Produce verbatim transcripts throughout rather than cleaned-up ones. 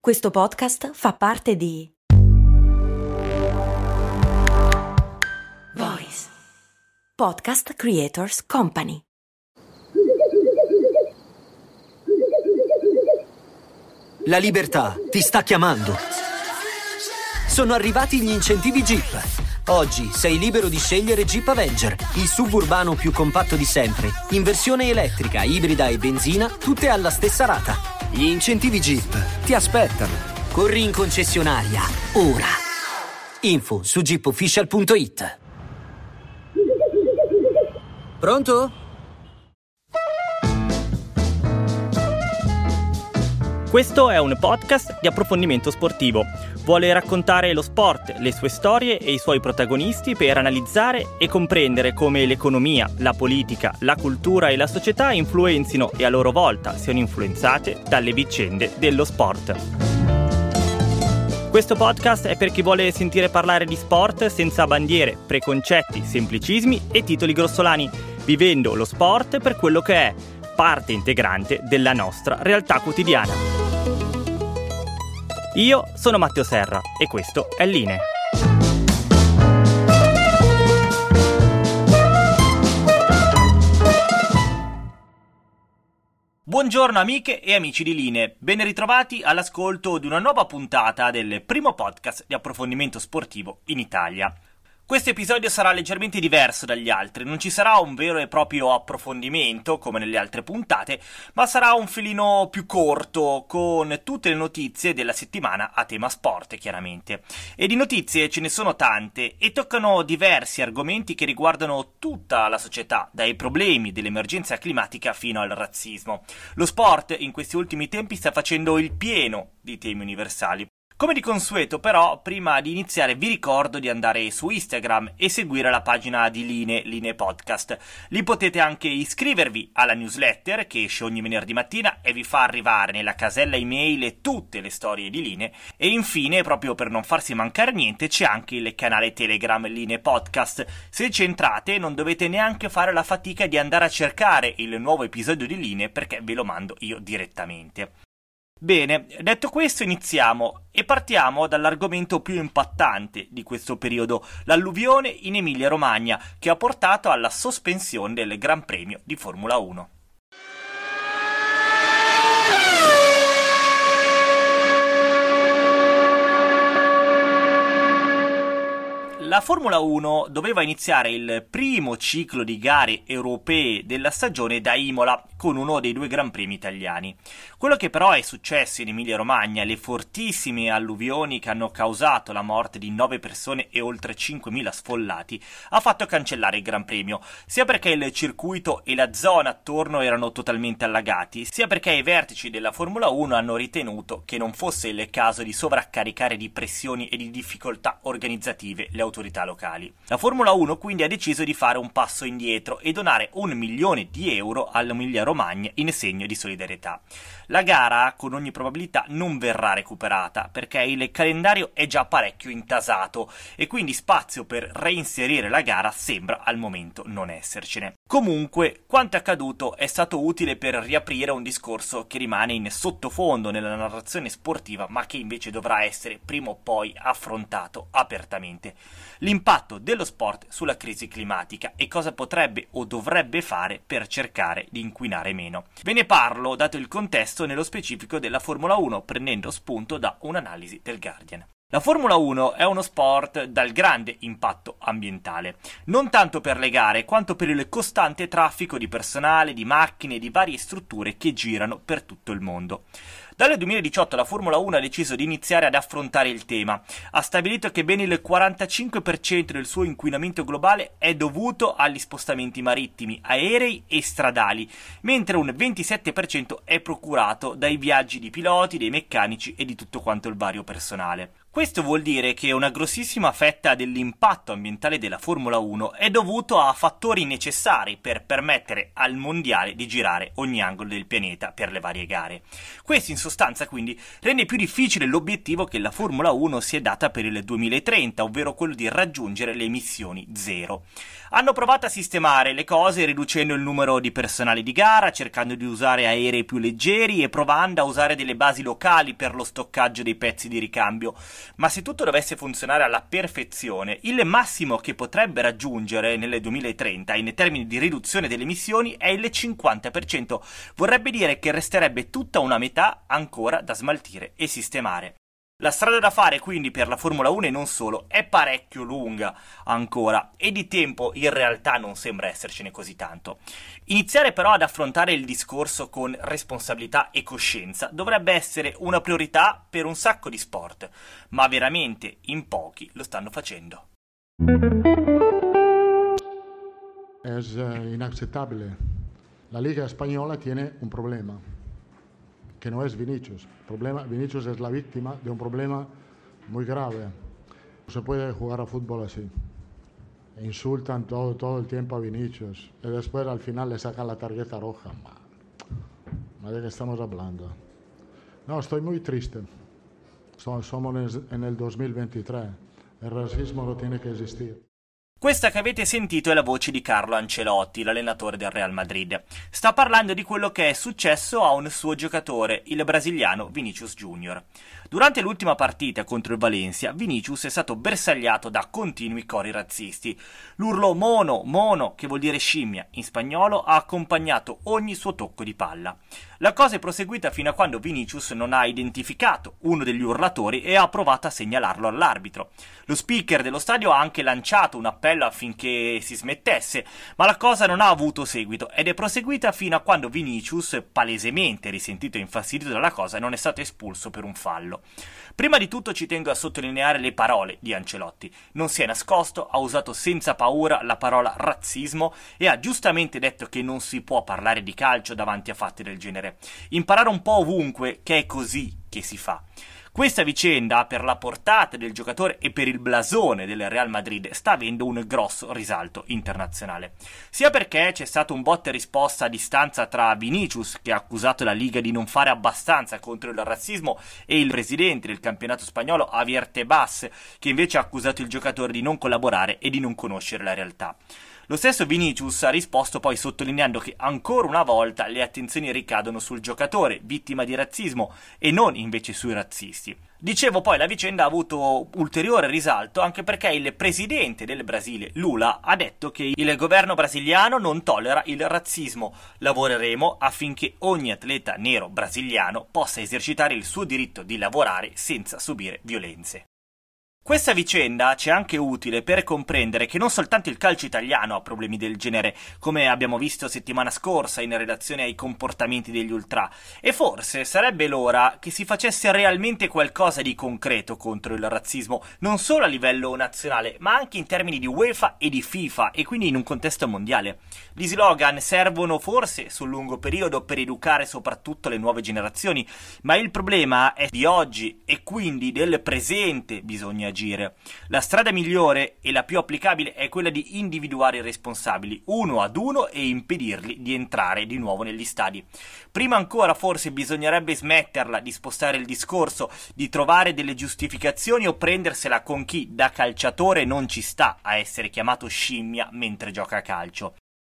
Questo podcast fa parte di Voice Podcast Creators Company. La libertà ti sta chiamando. Sono arrivati gli incentivi Jeep. Oggi sei libero di scegliere Jeep Avenger, il suburbano più compatto di sempre, in versione elettrica, ibrida e benzina, tutte alla stessa rata. Gli incentivi Jeep ti aspettano. Corri in concessionaria, ora. Info su jeep official punto it. Pronto? Questo è un podcast di approfondimento sportivo. Vuole raccontare lo sport, le sue storie e i suoi protagonisti per analizzare e comprendere come l'economia, la politica, la cultura e la società influenzino e a loro volta siano influenzate dalle vicende dello sport. Questo podcast è per chi vuole sentire parlare di sport senza bandiere, preconcetti, semplicismi e titoli grossolani, vivendo lo sport per quello che è, parte integrante della nostra realtà quotidiana. Io sono Matteo Serra e questo è Line. Buongiorno amiche e amici di Line, ben ritrovati all'ascolto di una nuova puntata del primo podcast di approfondimento sportivo in Italia. Questo episodio sarà leggermente diverso dagli altri, non ci sarà un vero e proprio approfondimento come nelle altre puntate, ma sarà un filino più corto con tutte le notizie della settimana a tema sport, chiaramente. E di notizie ce ne sono tante e toccano diversi argomenti che riguardano tutta la società, dai problemi dell'emergenza climatica fino al razzismo. Lo sport in questi ultimi tempi sta facendo il pieno di temi universali. Come di consueto però, prima di iniziare vi ricordo di andare su Instagram e seguire la pagina di Line, Line Podcast. Lì potete anche iscrivervi alla newsletter che esce ogni venerdì mattina e vi fa arrivare nella casella email tutte le storie di Line. E infine, proprio per non farsi mancare niente, c'è anche il canale Telegram Line Podcast. Se ci entrate non dovete neanche fare la fatica di andare a cercare il nuovo episodio di Line perché ve lo mando io direttamente. Bene, detto questo iniziamo e partiamo dall'argomento più impattante di questo periodo, l'alluvione in Emilia-Romagna che ha portato alla sospensione del Gran Premio di Formula uno. La Formula uno doveva iniziare il primo ciclo di gare europee della stagione da Imola, con uno dei due Gran Premi italiani. Quello che però è successo in Emilia-Romagna, le fortissime alluvioni che hanno causato la morte di nove persone e oltre cinquemila sfollati, ha fatto cancellare il Gran Premio, sia perché il circuito e la zona attorno erano totalmente allagati, sia perché i vertici della Formula uno hanno ritenuto che non fosse il caso di sovraccaricare di pressioni e di difficoltà organizzative le autorità locali. La Formula uno quindi ha deciso di fare un passo indietro e donare un milione di euro all'Emilia-Romagna in segno di solidarietà. La gara con ogni probabilità non verrà recuperata perché il calendario è già parecchio intasato e quindi spazio per reinserire la gara sembra al momento non essercene. Comunque, quanto accaduto è stato utile per riaprire un discorso che rimane in sottofondo nella narrazione sportiva ma che invece dovrà essere prima o poi affrontato apertamente. L'impatto dello sport sulla crisi climatica e cosa potrebbe o dovrebbe fare per cercare di inquinare meno. Ve ne parlo dato il contesto nello specifico della Formula uno, prendendo spunto da un'analisi del Guardian. La Formula uno è uno sport dal grande impatto ambientale, non tanto per le gare quanto per il costante traffico di personale, di macchine e di varie strutture che girano per tutto il mondo. Dal duemiladiciotto la Formula uno ha deciso di iniziare ad affrontare il tema. Ha stabilito che ben il quarantacinque per cento del suo inquinamento globale è dovuto agli spostamenti marittimi, aerei e stradali, mentre un ventisette per cento è procurato dai viaggi di piloti, dei meccanici e di tutto quanto il vario personale. Questo vuol dire che una grossissima fetta dell'impatto ambientale della Formula uno è dovuto a fattori necessari per permettere al mondiale di girare ogni angolo del pianeta per le varie gare. Questo in sostanza quindi rende più difficile l'obiettivo che la Formula uno si è data per il duemilatrenta, ovvero quello di raggiungere le emissioni zero. Hanno provato a sistemare le cose riducendo il numero di personale di gara, cercando di usare aerei più leggeri e provando a usare delle basi locali per lo stoccaggio dei pezzi di ricambio. Ma se tutto dovesse funzionare alla perfezione, il massimo che potrebbe raggiungere nel duemilatrenta in termini di riduzione delle emissioni è il cinquanta per cento. Vorrebbe dire che resterebbe tutta una metà ancora da smaltire e sistemare. La strada da fare quindi per la Formula uno e non solo è parecchio lunga ancora e di tempo in realtà non sembra essercene così tanto. Iniziare però ad affrontare il discorso con responsabilità e coscienza dovrebbe essere una priorità per un sacco di sport, ma veramente in pochi lo stanno facendo. Es inaccettabile. La Liga Española tiene un problema, que no es Vinicius. Problema, Vinicius es la víctima de un problema muy grave. No se puede jugar a fútbol así. Insultan todo, todo el tiempo a Vinicius y después al final le sacan la tarjeta roja. Ma ¿de qué estamos hablando? No, estoy muy triste. Somos en el duemilaventitré. El racismo no tiene que existir. Questa che avete sentito è la voce di Carlo Ancelotti, l'allenatore del Real Madrid. Sta parlando di quello che è successo a un suo giocatore, il brasiliano Vinicius Junior. Durante l'ultima partita contro il Valencia, Vinicius è stato bersagliato da continui cori razzisti. L'urlo mono, mono, che vuol dire scimmia in spagnolo, ha accompagnato ogni suo tocco di palla. La cosa è proseguita fino a quando Vinicius non ha identificato uno degli urlatori e ha provato a segnalarlo all'arbitro. Lo speaker dello stadio ha anche lanciato un appello affinché si smettesse, ma la cosa non ha avuto seguito ed è proseguita fino a quando Vinicius, palesemente risentito e infastidito dalla cosa, non è stato espulso per un fallo. Prima di tutto ci tengo a sottolineare le parole di Ancelotti. Non si è nascosto, ha usato senza paura la parola razzismo e ha giustamente detto che non si può parlare di calcio davanti a fatti del genere. Imparare un po' ovunque che è così che si fa. Questa vicenda, per la portata del giocatore e per il blasone del Real Madrid, sta avendo un grosso risalto internazionale. Sia perché c'è stato un botta e risposta a distanza tra Vinicius, che ha accusato la Liga di non fare abbastanza contro il razzismo, e il presidente del campionato spagnolo, Javier Tebas, che invece ha accusato il giocatore di non collaborare e di non conoscere la realtà. Lo stesso Vinicius ha risposto poi sottolineando che ancora una volta le attenzioni ricadono sul giocatore, vittima di razzismo, e non invece sui razzisti. Dicevo poi la vicenda ha avuto ulteriore risalto anche perché il presidente del Brasile, Lula, ha detto che il governo brasiliano non tollera il razzismo. Lavoreremo affinché ogni atleta nero brasiliano possa esercitare il suo diritto di lavorare senza subire violenze. Questa vicenda ci è anche utile per comprendere che non soltanto il calcio italiano ha problemi del genere, come abbiamo visto settimana scorsa in relazione ai comportamenti degli ultra, e forse sarebbe l'ora che si facesse realmente qualcosa di concreto contro il razzismo, non solo a livello nazionale, ma anche in termini di UEFA e di FIFA, e quindi in un contesto mondiale. Gli slogan servono forse sul lungo periodo per educare soprattutto le nuove generazioni, ma il problema è di oggi e quindi del presente bisogna agire. La strada migliore e la più applicabile è quella di individuare i responsabili uno ad uno e impedirli di entrare di nuovo negli stadi. Prima ancora forse bisognerebbe smetterla di spostare il discorso, di trovare delle giustificazioni o prendersela con chi da calciatore non ci sta a essere chiamato scimmia mentre gioca a calcio.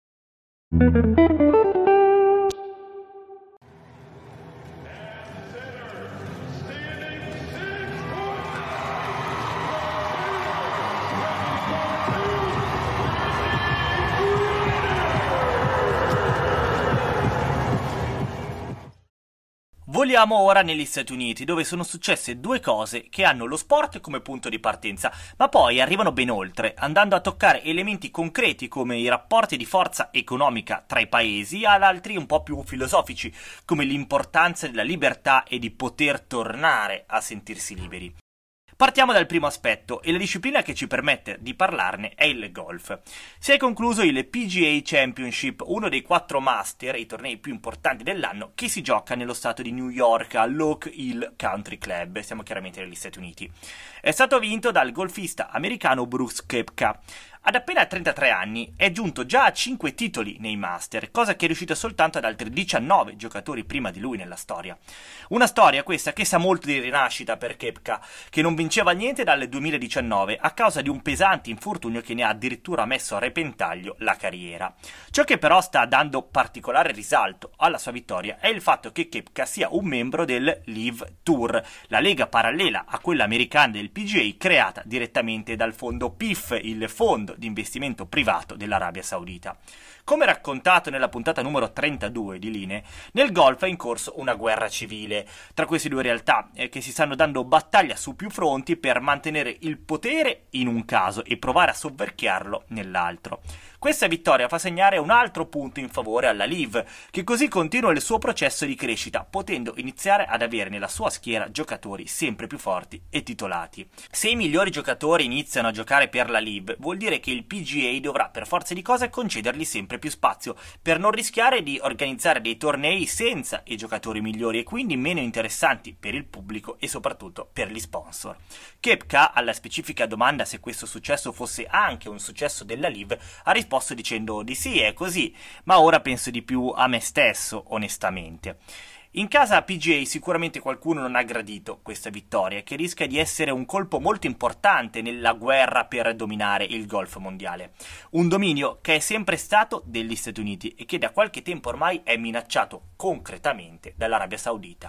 Voliamo ora negli Stati Uniti, dove sono successe due cose che hanno lo sport come punto di partenza, ma poi arrivano ben oltre, andando a toccare elementi concreti come i rapporti di forza economica tra i paesi, ad altri un po' più filosofici, come l'importanza della libertà e di poter tornare a sentirsi liberi. Partiamo dal primo aspetto, e la disciplina che ci permette di parlarne è il golf. Si è concluso il P G A Championship, uno dei quattro Master, i tornei più importanti dell'anno, che si gioca nello stato di New York all'Oak Hill Country Club, siamo chiaramente negli Stati Uniti. È stato vinto dal golfista americano Brooks Koepka. Ad appena trentatré anni è giunto già a cinque titoli nei Master, cosa che è riuscito soltanto ad altri diciannove giocatori prima di lui nella storia. Una storia questa che sa molto di rinascita per Koepka, che non vinceva niente dal duemiladiciannove a causa di un pesante infortunio che ne ha addirittura messo a repentaglio la carriera. Ciò che però sta dando particolare risalto alla sua vittoria è il fatto che Koepka sia un membro del LIV Tour, la lega parallela a quella americana del P G A creata direttamente dal fondo P I F, il fondo di investimento privato dell'Arabia Saudita. Come raccontato nella puntata numero trentadue di Linee, nel golf è in corso una guerra civile tra queste due realtà eh, che si stanno dando battaglia su più fronti per mantenere il potere in un caso e provare a sovverchiarlo nell'altro. Questa vittoria fa segnare un altro punto in favore alla LIV, che così continua il suo processo di crescita, potendo iniziare ad avere nella sua schiera giocatori sempre più forti e titolati. Se i migliori giocatori iniziano a giocare per la LIV, vuol dire che il P G A dovrà per forza di cose concedergli sempre più spazio, per non rischiare di organizzare dei tornei senza i giocatori migliori e quindi meno interessanti per il pubblico e soprattutto per gli sponsor. Koepka, alla specifica domanda se questo successo fosse anche un successo della LIV, ha risposto dicendo di sì, è così, ma ora penso di più a me stesso, onestamente. In casa P G A sicuramente qualcuno non ha gradito questa vittoria, che rischia di essere un colpo molto importante nella guerra per dominare il golf mondiale. Un dominio che è sempre stato degli Stati Uniti e che da qualche tempo ormai è minacciato concretamente dall'Arabia Saudita.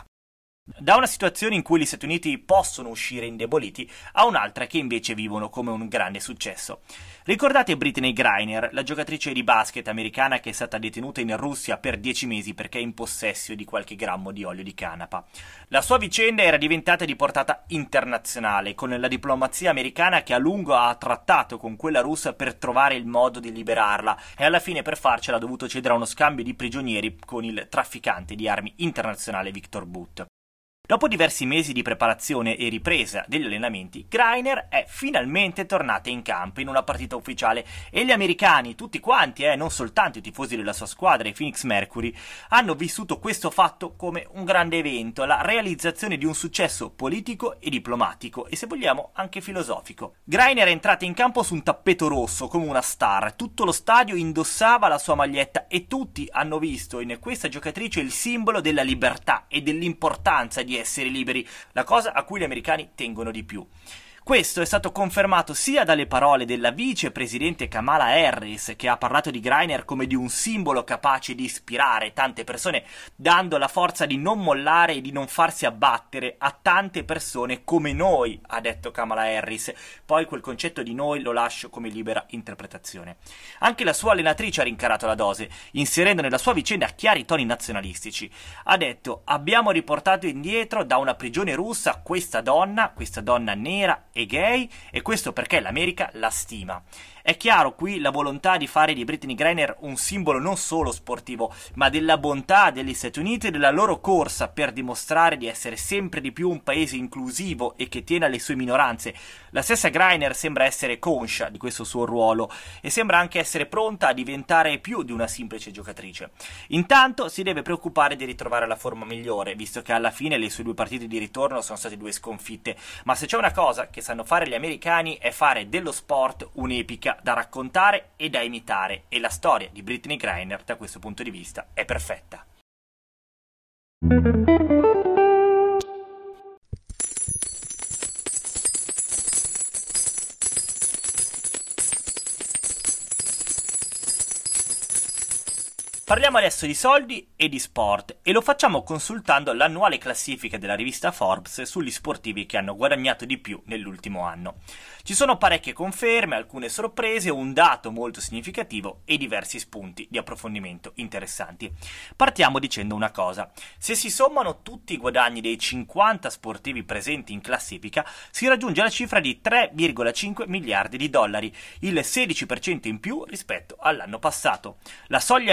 Da una situazione in cui gli Stati Uniti possono uscire indeboliti a un'altra che invece vivono come un grande successo. Ricordate Brittney Griner, la giocatrice di basket americana che è stata detenuta in Russia per dieci mesi perché è in possesso di qualche grammo di olio di canapa. La sua vicenda era diventata di portata internazionale, con la diplomazia americana che a lungo ha trattato con quella russa per trovare il modo di liberarla e alla fine per farcela ha dovuto cedere a uno scambio di prigionieri con il trafficante di armi internazionale Viktor Bout. Dopo diversi mesi di preparazione e ripresa degli allenamenti, Griner è finalmente tornata in campo in una partita ufficiale e gli americani, tutti quanti, eh, non soltanto i tifosi della sua squadra, i Phoenix Mercury, hanno vissuto questo fatto come un grande evento, la realizzazione di un successo politico e diplomatico e, se vogliamo, anche filosofico. Griner è entrata in campo su un tappeto rosso come una star, tutto lo stadio indossava la sua maglietta e tutti hanno visto in questa giocatrice il simbolo della libertà e dell'importanza di essere liberi, la cosa a cui gli americani tengono di più. Questo è stato confermato sia dalle parole della vicepresidente Kamala Harris, che ha parlato di Griner come di un simbolo capace di ispirare tante persone, dando la forza di non mollare e di non farsi abbattere a tante persone come noi, ha detto Kamala Harris. Poi quel concetto di noi lo lascio come libera interpretazione. Anche la sua allenatrice ha rincarato la dose, inserendo nella sua vicenda chiari toni nazionalistici. Ha detto: abbiamo riportato indietro da una prigione russa questa donna, questa donna nera e gay, e questo perché l'America la stima. È chiaro qui la volontà di fare di Brittney Griner un simbolo non solo sportivo, ma della bontà degli Stati Uniti e della loro corsa per dimostrare di essere sempre di più un paese inclusivo e che tiene alle sue minoranze. La stessa Griner sembra essere conscia di questo suo ruolo e sembra anche essere pronta a diventare più di una semplice giocatrice. Intanto si deve preoccupare di ritrovare la forma migliore, visto che alla fine le sue due partite di ritorno sono state due sconfitte, ma se c'è una cosa che sanno fare gli americani è fare dello sport un'epica da raccontare e da imitare, e la storia di Brittney Griner da questo punto di vista è perfetta. Parliamo adesso di soldi e di sport e lo facciamo consultando l'annuale classifica della rivista Forbes sugli sportivi che hanno guadagnato di più nell'ultimo anno. Ci sono parecchie conferme, alcune sorprese, un dato molto significativo e diversi spunti di approfondimento interessanti. Partiamo dicendo una cosa: se si sommano tutti i guadagni dei cinquanta sportivi presenti in classifica, si raggiunge la cifra di tre virgola cinque miliardi di dollari, il sedici per cento in più rispetto all'anno passato. La soglia minima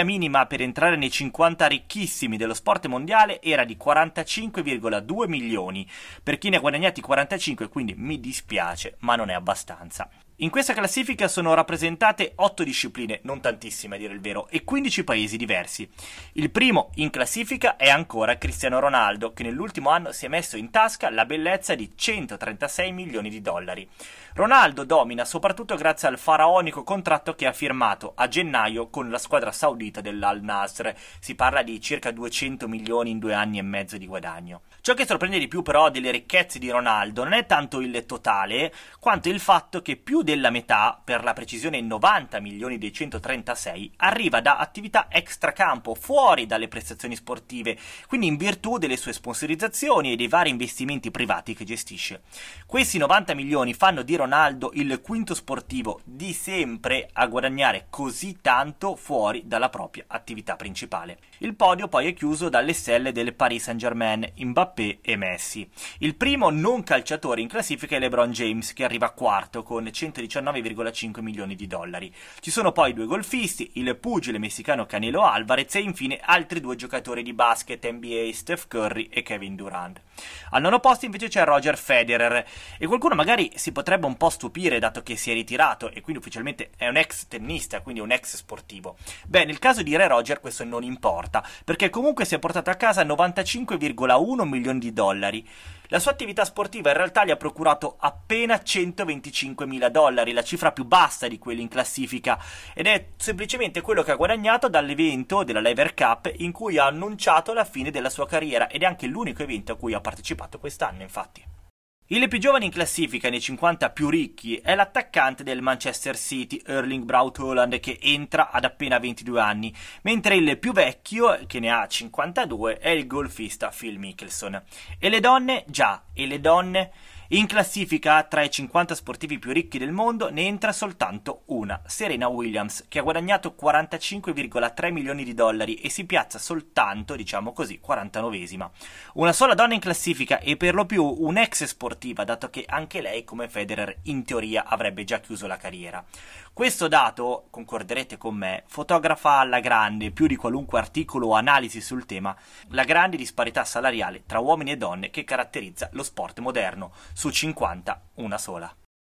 media per entrare nei cinquanta ricchissimi dello sport mondiale era di quarantacinque virgola due milioni. Per chi ne ha guadagnati quarantacinque, quindi mi dispiace, ma non è abbastanza. In questa classifica sono rappresentate otto discipline, non tantissime a dire il vero, e quindici paesi diversi. Il primo in classifica è ancora Cristiano Ronaldo, che nell'ultimo anno si è messo in tasca la bellezza di centotrentasei milioni di dollari. Ronaldo domina soprattutto grazie al faraonico contratto che ha firmato a gennaio con la squadra saudita dell'Al Nassr. Si parla di circa duecento milioni in due anni e mezzo di guadagno. Ciò che sorprende di più però delle ricchezze di Ronaldo non è tanto il totale, quanto il fatto che più della metà, per la precisione novanta milioni dei centotrentasei, arriva da attività extracampo, fuori dalle prestazioni sportive, quindi in virtù delle sue sponsorizzazioni e dei vari investimenti privati che gestisce. Questi novanta milioni fanno di Ronaldo il quinto sportivo di sempre a guadagnare così tanto fuori dalla propria attività principale. Il podio poi è chiuso dalle stelle del Paris Saint-Germain, Mbappé e Messi. Il primo non calciatore in classifica è LeBron James, che arriva quarto con centodiciannove virgola cinque milioni di dollari. Ci sono poi due golfisti, il pugile messicano Canelo Alvarez e infine altri due giocatori di basket N B A, Steph Curry e Kevin Durant. Al nono posto invece c'è Roger Federer, e qualcuno magari si potrebbe un po' stupire dato che si è ritirato e quindi ufficialmente è un ex tennista, quindi un ex sportivo. Beh, nel caso di Re Roger questo non importa, perché comunque si è portato a casa novantacinque virgola uno milioni di dollari. La sua attività sportiva in realtà gli ha procurato appena centoventicinquemila dollari, la cifra più bassa di quelli in classifica, ed è semplicemente quello che ha guadagnato dall'evento della Lever Cup in cui ha annunciato la fine della sua carriera, ed è anche l'unico evento a cui ha partecipato quest'anno, infatti. Il più giovane in classifica nei cinquanta più ricchi è l'attaccante del Manchester City, Erling Braut Haaland, che entra ad appena ventidue anni, mentre il più vecchio, che ne ha cinquantadue, è il golfista Phil Mickelson. E le donne? Già, e le donne? In classifica, tra i cinquanta sportivi più ricchi del mondo, ne entra soltanto una, Serena Williams, che ha guadagnato quarantacinque virgola tre milioni di dollari e si piazza soltanto, diciamo così, quarantanovesima. Una sola donna in classifica e per lo più un'ex sportiva, dato che anche lei, come Federer, in teoria avrebbe già chiuso la carriera. Questo dato, concorderete con me, fotografa alla grande, più di qualunque articolo o analisi sul tema, la grande disparità salariale tra uomini e donne che caratterizza lo sport moderno. Su cinquanta, una sola.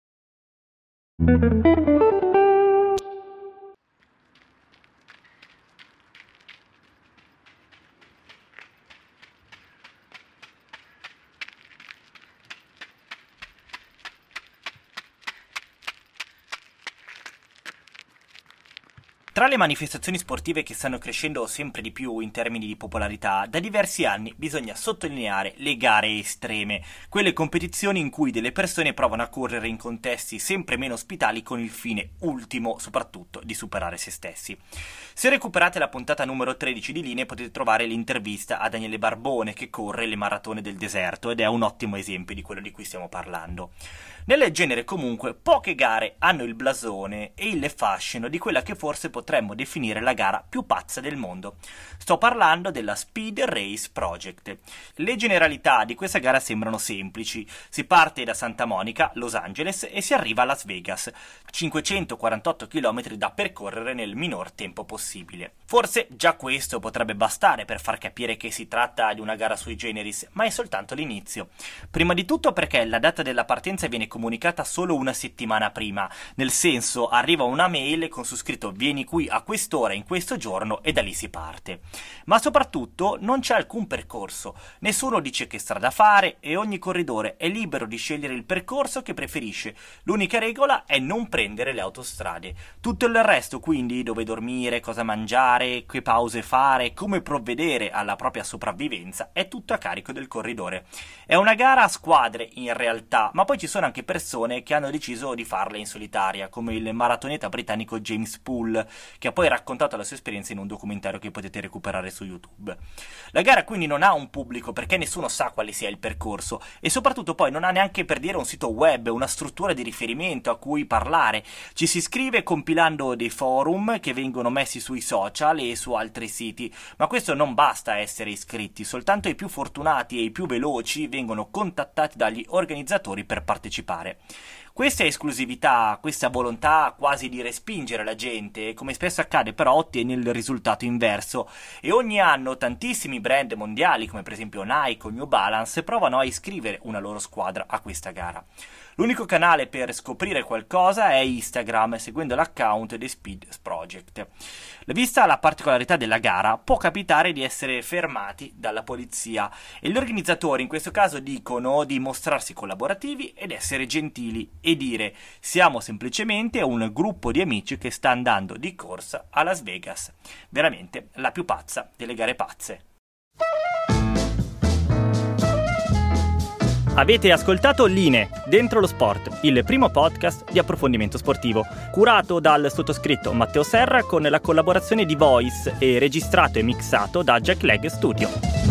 Tra le manifestazioni sportive che stanno crescendo sempre di più in termini di popolarità, da diversi anni bisogna sottolineare le gare estreme, quelle competizioni in cui delle persone provano a correre in contesti sempre meno ospitali con il fine ultimo, soprattutto, di superare se stessi. Se recuperate la puntata numero tredici di Linee potete trovare l'intervista a Daniele Barbone, che corre le maratone del deserto ed è un ottimo esempio di quello di cui stiamo parlando. Nel genere comunque poche gare hanno il blasone e il fascino di quella che forse potremmo definire la gara più pazza del mondo. Sto parlando della Speed Race Project. Le generalità di questa gara sembrano semplici. Si parte da Santa Monica, Los Angeles, e si arriva a Las Vegas, cinquecentoquarantotto chilometri da percorrere nel minor tempo possibile. Forse già questo potrebbe bastare per far capire che si tratta di una gara sui generis, ma è soltanto l'inizio. Prima di tutto perché la data della partenza viene comunicata solo una settimana prima, nel senso arriva una mail con su scritto vieni qui a quest'ora in questo giorno e da lì si parte. Ma soprattutto non c'è alcun percorso, nessuno dice che strada fare e ogni corridore è libero di scegliere il percorso che preferisce. L'unica regola è non prendere le autostrade. Tutto il resto, quindi, dove dormire, cosa mangiare, che pause fare, come provvedere alla propria sopravvivenza, è tutto a carico del corridore. È una gara a squadre in realtà, ma poi ci sono anche persone che hanno deciso di farla in solitaria, come il maratoneta britannico James Poole, che ha poi raccontato la sua esperienza in un documentario che potete recuperare su YouTube. La gara quindi non ha un pubblico perché nessuno sa quale sia il percorso e soprattutto poi non ha neanche, per dire, un sito web, una struttura di riferimento a cui parlare. Ci si iscrive compilando dei forum che vengono messi sui social e su altri siti, ma questo non basta essere iscritti, soltanto i più fortunati e i più veloci vengono contattati dagli organizzatori per partecipare. Questa esclusività, questa volontà quasi di respingere la gente, come spesso accade, però ottiene il risultato inverso e ogni anno tantissimi brand mondiali come per esempio Nike o New Balance provano a iscrivere una loro squadra a questa gara. L'unico canale per scoprire qualcosa è Instagram, seguendo l'account The Speed Project. Vista la particolarità della gara, può capitare di essere fermati dalla polizia e gli organizzatori in questo caso dicono di mostrarsi collaborativi ed essere gentili e dire: siamo semplicemente un gruppo di amici che sta andando di corsa a Las Vegas. Veramente la più pazza delle gare pazze. Avete ascoltato Linee, Dentro lo Sport, il primo podcast di approfondimento sportivo, curato dal sottoscritto Matteo Serra con la collaborazione di Voice e registrato e mixato da Jack Leg Studio.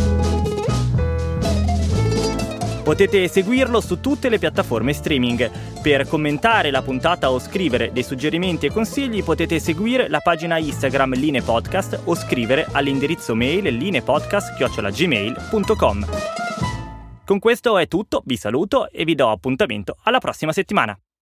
Potete seguirlo su tutte le piattaforme streaming. Per commentare la puntata o scrivere dei suggerimenti e consigli potete seguire la pagina Instagram Linee Podcast o scrivere all'indirizzo mail lineepodcast chiocciola gmail punto com. Con questo è tutto, vi saluto e vi do appuntamento alla prossima settimana.